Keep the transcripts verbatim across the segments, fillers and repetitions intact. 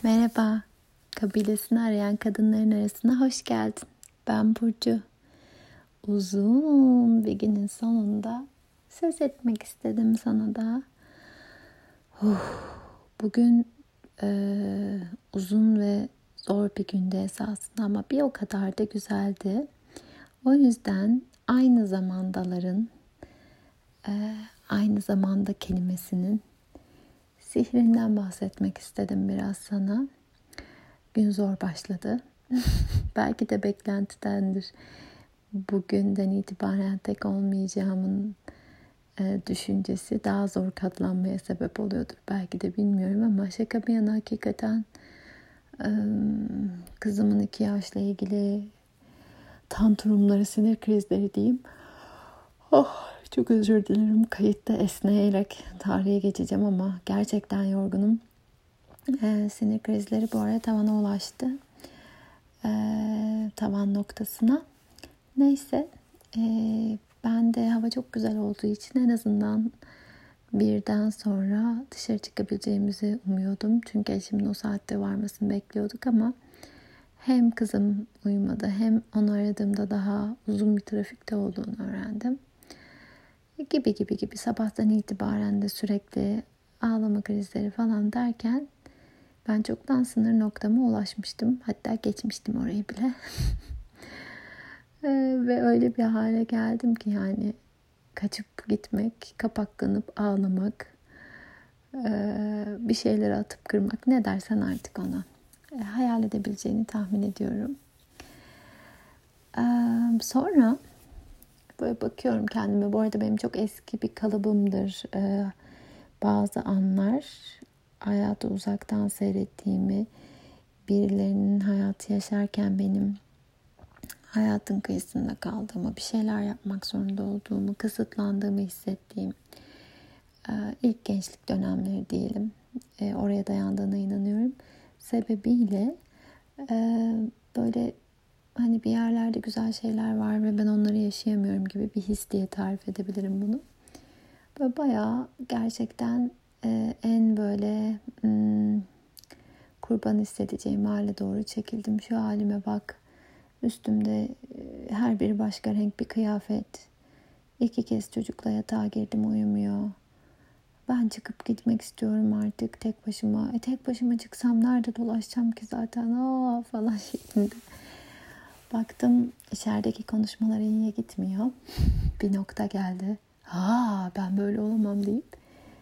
Merhaba, kabilesini arayan kadınların arasına hoş geldin. Ben Burcu. Uzun bir günün sonunda söz etmek istedim sana da. Uh, bugün e, uzun ve zor bir gündü esasında ama bir o kadar da güzeldi. O yüzden aynı zamandaların, e, aynı zamanda kelimesinin sihrinden bahsetmek istedim biraz sana. Gün zor başladı. Belki de beklentidendir. Bugünden itibaren tek olmayacağımın e, düşüncesi daha zor katlanmaya sebep oluyordur. Belki de bilmiyorum ama şaka bir yana hakikaten e, kızımın iki yaşla ilgili tantrumları, sinir krizleri diyeyim. Oh, çok özür dilerim. Kayıtta esneyerek tarihe geçeceğim ama gerçekten yorgunum. E, sinir krizleri bu arada tavana ulaştı. E, tavan noktasına. Neyse e, ben de hava çok güzel olduğu için en azından birden sonra dışarı çıkabileceğimizi umuyordum. Çünkü eşimin o saatte varmasını bekliyorduk ama hem kızım uyumadı hem onu aradığımda daha uzun bir trafikte olduğunu öğrendim. Gibi gibi gibi sabahtan itibaren de sürekli ağlama krizleri falan derken ben çoktan sınır noktama ulaşmıştım. Hatta geçmiştim orayı bile. Ee, ve öyle bir hale geldim ki yani kaçıp gitmek, kapaklanıp ağlamak, ee, bir şeyleri atıp kırmak, ne dersen artık ona. Ee, hayal edebileceğini tahmin ediyorum. Ee, sonra böyle bakıyorum kendime. Bu arada benim çok eski bir kalıbımdır. Ee, bazı anlar hayatı uzaktan seyrettiğimi, birilerinin hayatı yaşarken benim hayatın kıyısında kaldığımı, bir şeyler yapmak zorunda olduğumu, kısıtlandığımı hissettiğim ilk gençlik dönemleri diyelim. Oraya dayandığına inanıyorum. Sebebiyle böyle hani bir yerlerde güzel şeyler var ve ben onları yaşayamıyorum gibi bir his diye tarif edebilirim bunu. Böyle bayağı gerçekten en böyle kurban hissedeceğim hale doğru çekildim. Şu halime bak. Üstümde her biri başka renk bir kıyafet. İki kez çocukla yatağa girdim, uyumuyor. Ben çıkıp gitmek istiyorum artık tek başıma. E tek başıma çıksam nerede dolaşacağım ki zaten? Aa falan şeklinde. Baktım içerideki konuşmalar iyiye gitmiyor. Bir nokta geldi. Ha ben böyle olamam deyip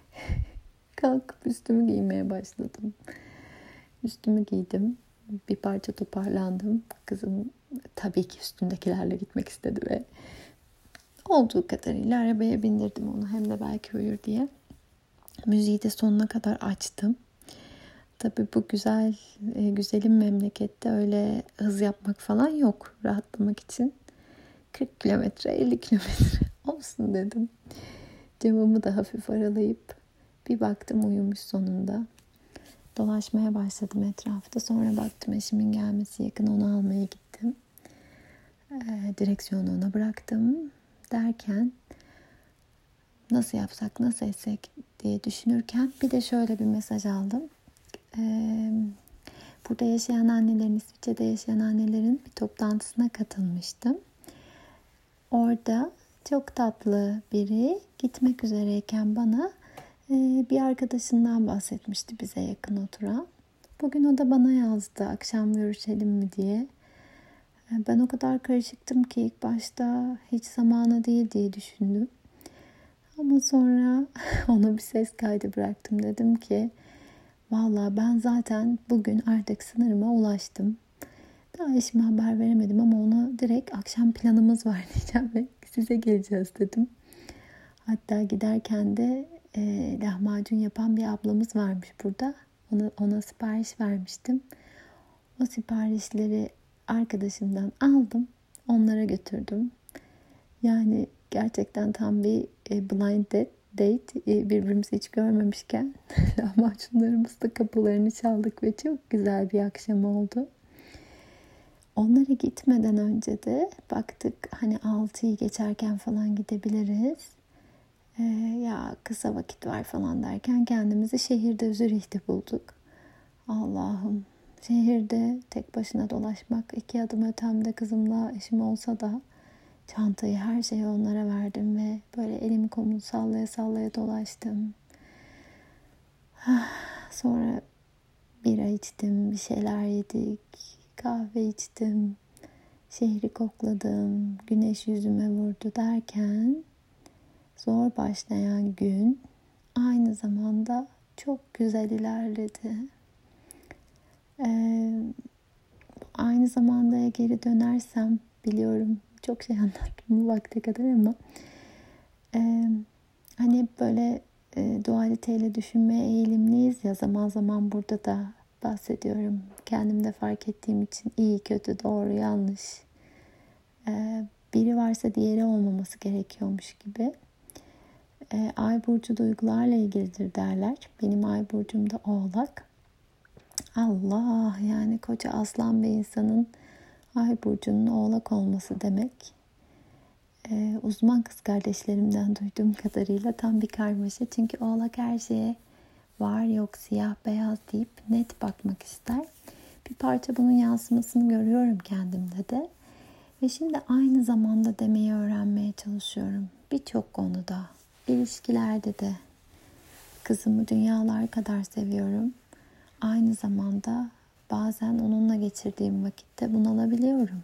kalkıp üstümü giymeye başladım. Üstümü giydim. Bir parça toparlandım. Kızım tabii ki üstündekilerle gitmek istedi ve olduğu kadarıyla arabaya bindirdim onu. Hem de belki uyur diye. Müziği de sonuna kadar açtım. Tabii bu güzel, güzelim memlekette öyle hız yapmak falan yok rahatlamak için. kırk kilometre, elli kilometre olsun dedim. Camımı da hafif aralayıp bir baktım uyumuş sonunda. Dolaşmaya başladım etrafta. Sonra baktım eşimin gelmesi yakın, onu almaya gittim. Ee, direksiyonu ona bıraktım. Derken nasıl yapsak, nasıl etsek diye düşünürken bir de şöyle bir mesaj aldım. Ee, burada yaşayan annelerin, İsviçre'de yaşayan annelerin bir toplantısına katılmıştım. Orada çok tatlı biri gitmek üzereyken bana bir arkadaşından bahsetmişti, bize yakın oturan. Bugün o da bana yazdı, akşam görüşelim mi diye. Ben o kadar karışıktım ki ilk başta hiç zamanı değil diye düşündüm. Ama sonra ona bir ses kaydı bıraktım. Dedim ki vallahi ben zaten bugün artık sınırıma ulaştım. Daha eşime haber veremedim ama ona direkt akşam planımız var diyeceğim ve size geleceğiz dedim. Hatta giderken de e, lahmacun yapan bir ablamız varmış burada. Ona, ona sipariş vermiştim. O siparişleri arkadaşımdan aldım. Onlara götürdüm. Yani gerçekten tam bir e, blind date. E, birbirimizi hiç görmemişken lahmacunlarımızla kapılarını çaldık ve çok güzel bir akşam oldu. Onlara gitmeden önce de baktık hani altıyı geçerken falan gidebiliriz. Ee, ya kısa vakit var falan derken kendimizi şehirde Zürih'te bulduk. Allah'ım, şehirde tek başına dolaşmak, iki adım ötemde kızımla eşim olsa da çantayı, her şeyi onlara verdim ve böyle elimi kolumu sallaya sallaya dolaştım. Sonra bira içtim, bir şeyler yedik, kahve içtim, şehri kokladım, güneş yüzüme vurdu derken zor başlayan gün aynı zamanda çok güzel ilerledi. Ee, aynı zamanda geri dönersem, biliyorum çok şey anlattım bu vakte kadar ama e, hani hep böyle e, dualiteyle düşünmeye eğilimliyiz ya, zaman zaman burada da bahsediyorum. Kendimde fark ettiğim için iyi, kötü, doğru, yanlış. E, biri varsa diğeri olmaması gerekiyormuş gibi. E, ay burcu duygularla ilgilidir derler. Benim ay burcum da Oğlak. Allah, yani koca aslan bir insanın ay burcunun Oğlak olması demek. Ee, uzman kız kardeşlerimden duyduğum kadarıyla tam bir karmaşa. Çünkü Oğlak her şeye var yok, siyah beyaz deyip net bakmak ister. Bir parça bunun yansımasını görüyorum kendimde de. Ve şimdi aynı zamanda demeyi öğrenmeye çalışıyorum. Birçok konuda, ilişkilerde de. Kızımı dünyalar kadar seviyorum. Aynı zamanda bazen onunla geçirdiğim vakitte bunalabiliyorum.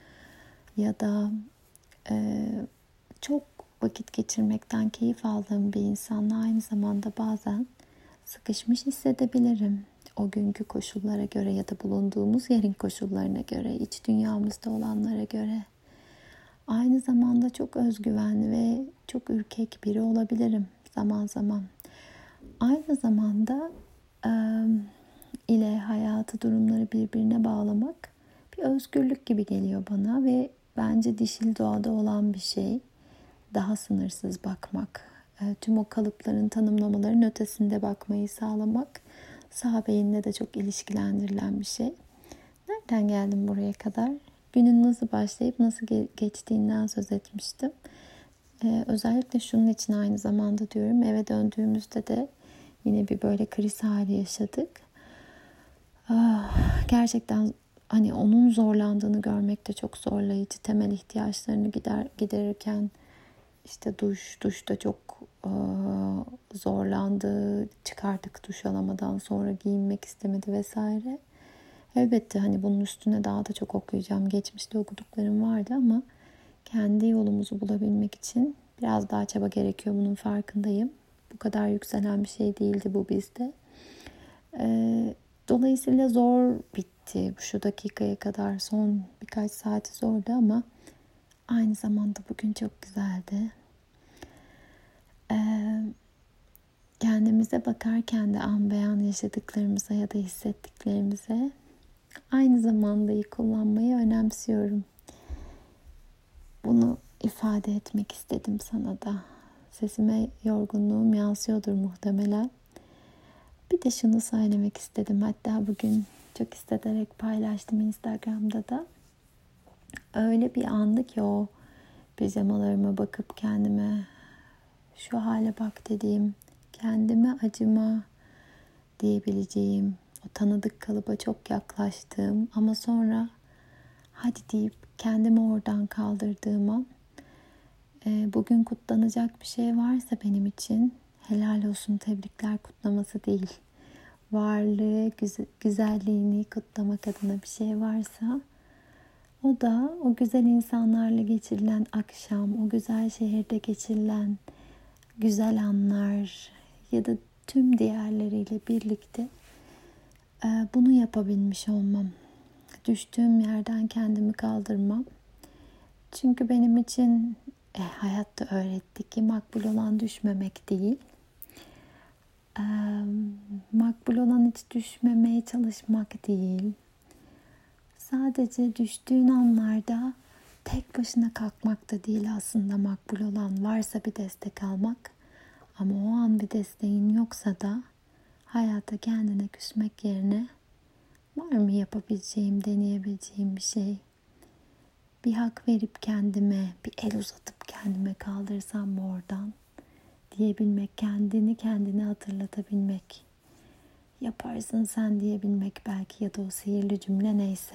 Ya da e, çok vakit geçirmekten keyif aldığım bir insanla aynı zamanda bazen sıkışmış hissedebilirim. O günkü koşullara göre ya da bulunduğumuz yerin koşullarına göre, iç dünyamızda olanlara göre. Aynı zamanda çok özgüvenli ve çok ürkek biri olabilirim zaman zaman. Aynı zamanda e, ile hayatı, durumları birbirine bağlamak bir özgürlük gibi geliyor bana ve bence dişil doğada olan bir şey. Daha sınırsız bakmak, e, tüm o kalıpların, tanımlamaların ötesinde bakmayı sağlamak sağ beyinle de çok ilişkilendirilen bir şey. Nereden geldim buraya kadar? Günün nasıl başlayıp nasıl geçtiğinden söz etmiştim. Ee, özellikle şunun için aynı zamanda diyorum, eve döndüğümüzde de yine bir böyle kriz hali yaşadık. Ah, gerçekten hani onun zorlandığını görmek de çok zorlayıcı. Temel ihtiyaçlarını gider, giderirken işte duş, duşta çok e, zorlandı. Çıkardık duş alamadan, sonra giyinmek istemedi vesaire. Elbette hani bunun üstüne daha da çok okuyacağım. Geçmişte okuduklarım vardı ama kendi yolumuzu bulabilmek için biraz daha çaba gerekiyor. Bunun farkındayım. Bu kadar yükselen bir şey değildi bu bizde. Ee, dolayısıyla zor bitti. Şu dakikaya kadar son birkaç saati zordu ama aynı zamanda bugün çok güzeldi. Ee, kendimize bakarken de an beyan yaşadıklarımıza ya da hissettiklerimize aynı zamanda iyi kullanmayı önemsiyorum. Bunu ifade etmek istedim sana da. Sesime yorgunluğum yansıyordur muhtemelen. Bir de şunu söylemek istedim. Hatta bugün çok hissederek paylaştım Instagram'da da. Öyle bir andı ki o pijamalarıma bakıp kendime şu hale bak dediğim, kendime acıma diyebileceğim, o tanıdık kalıba çok yaklaştığım ama sonra hadi deyip kendimi oradan kaldırdığım an, e, bugün kutlanacak bir şey varsa benim için helal olsun, tebrikler kutlaması değil, varlığı, güze- güzelliğini kutlamak adına bir şey varsa o da o güzel insanlarla geçirilen akşam, o güzel şehirde geçirilen güzel anlar ya da tüm diğerleriyle birlikte e, bunu yapabilmiş olmam. Düştüğüm yerden kendimi kaldırmam. Çünkü benim için e, hayat da öğretti ki makbul olan düşmemek değil. E, makbul olan hiç düşmemeye çalışmak değil. Sadece düştüğün anlarda tek başına kalkmak da değil aslında makbul olan. Varsa bir destek almak, ama o an bir desteğin yoksa da hayata kendine küsmek yerine var mı yapabileceğim, deneyebileceğim bir şey? Bir hak verip kendime, bir el uzatıp kendime kaldırsam mı oradan diyebilmek, kendini kendine hatırlatabilmek. yaparsın sen diyebilmek belki, ya da o sihirli cümle neyse.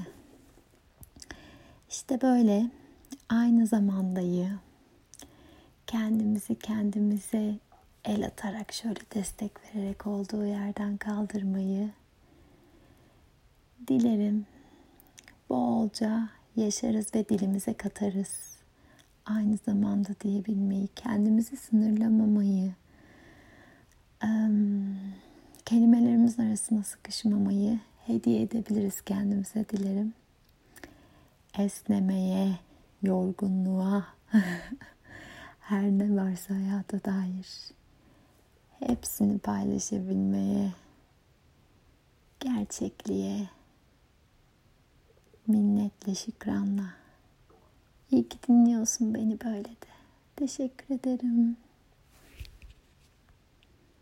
İşte böyle aynı zamandayı kendimizi kendimize el atarak, şöyle destek vererek olduğu yerden kaldırmayı dilerim. Bolca yaşarız ve dilimize katarız. Aynı zamanda diyebilmeyi, kendimizi sınırlamamayı, kelimelerimiz arasına sıkışmamayı hediye edebiliriz kendimize dilerim. Esnemeye, yorgunluğa, her ne varsa hayata dair hepsini paylaşabilmeye, gerçekliğe, minnetle, şükranla. İyi ki dinliyorsun beni böyle de. Teşekkür ederim.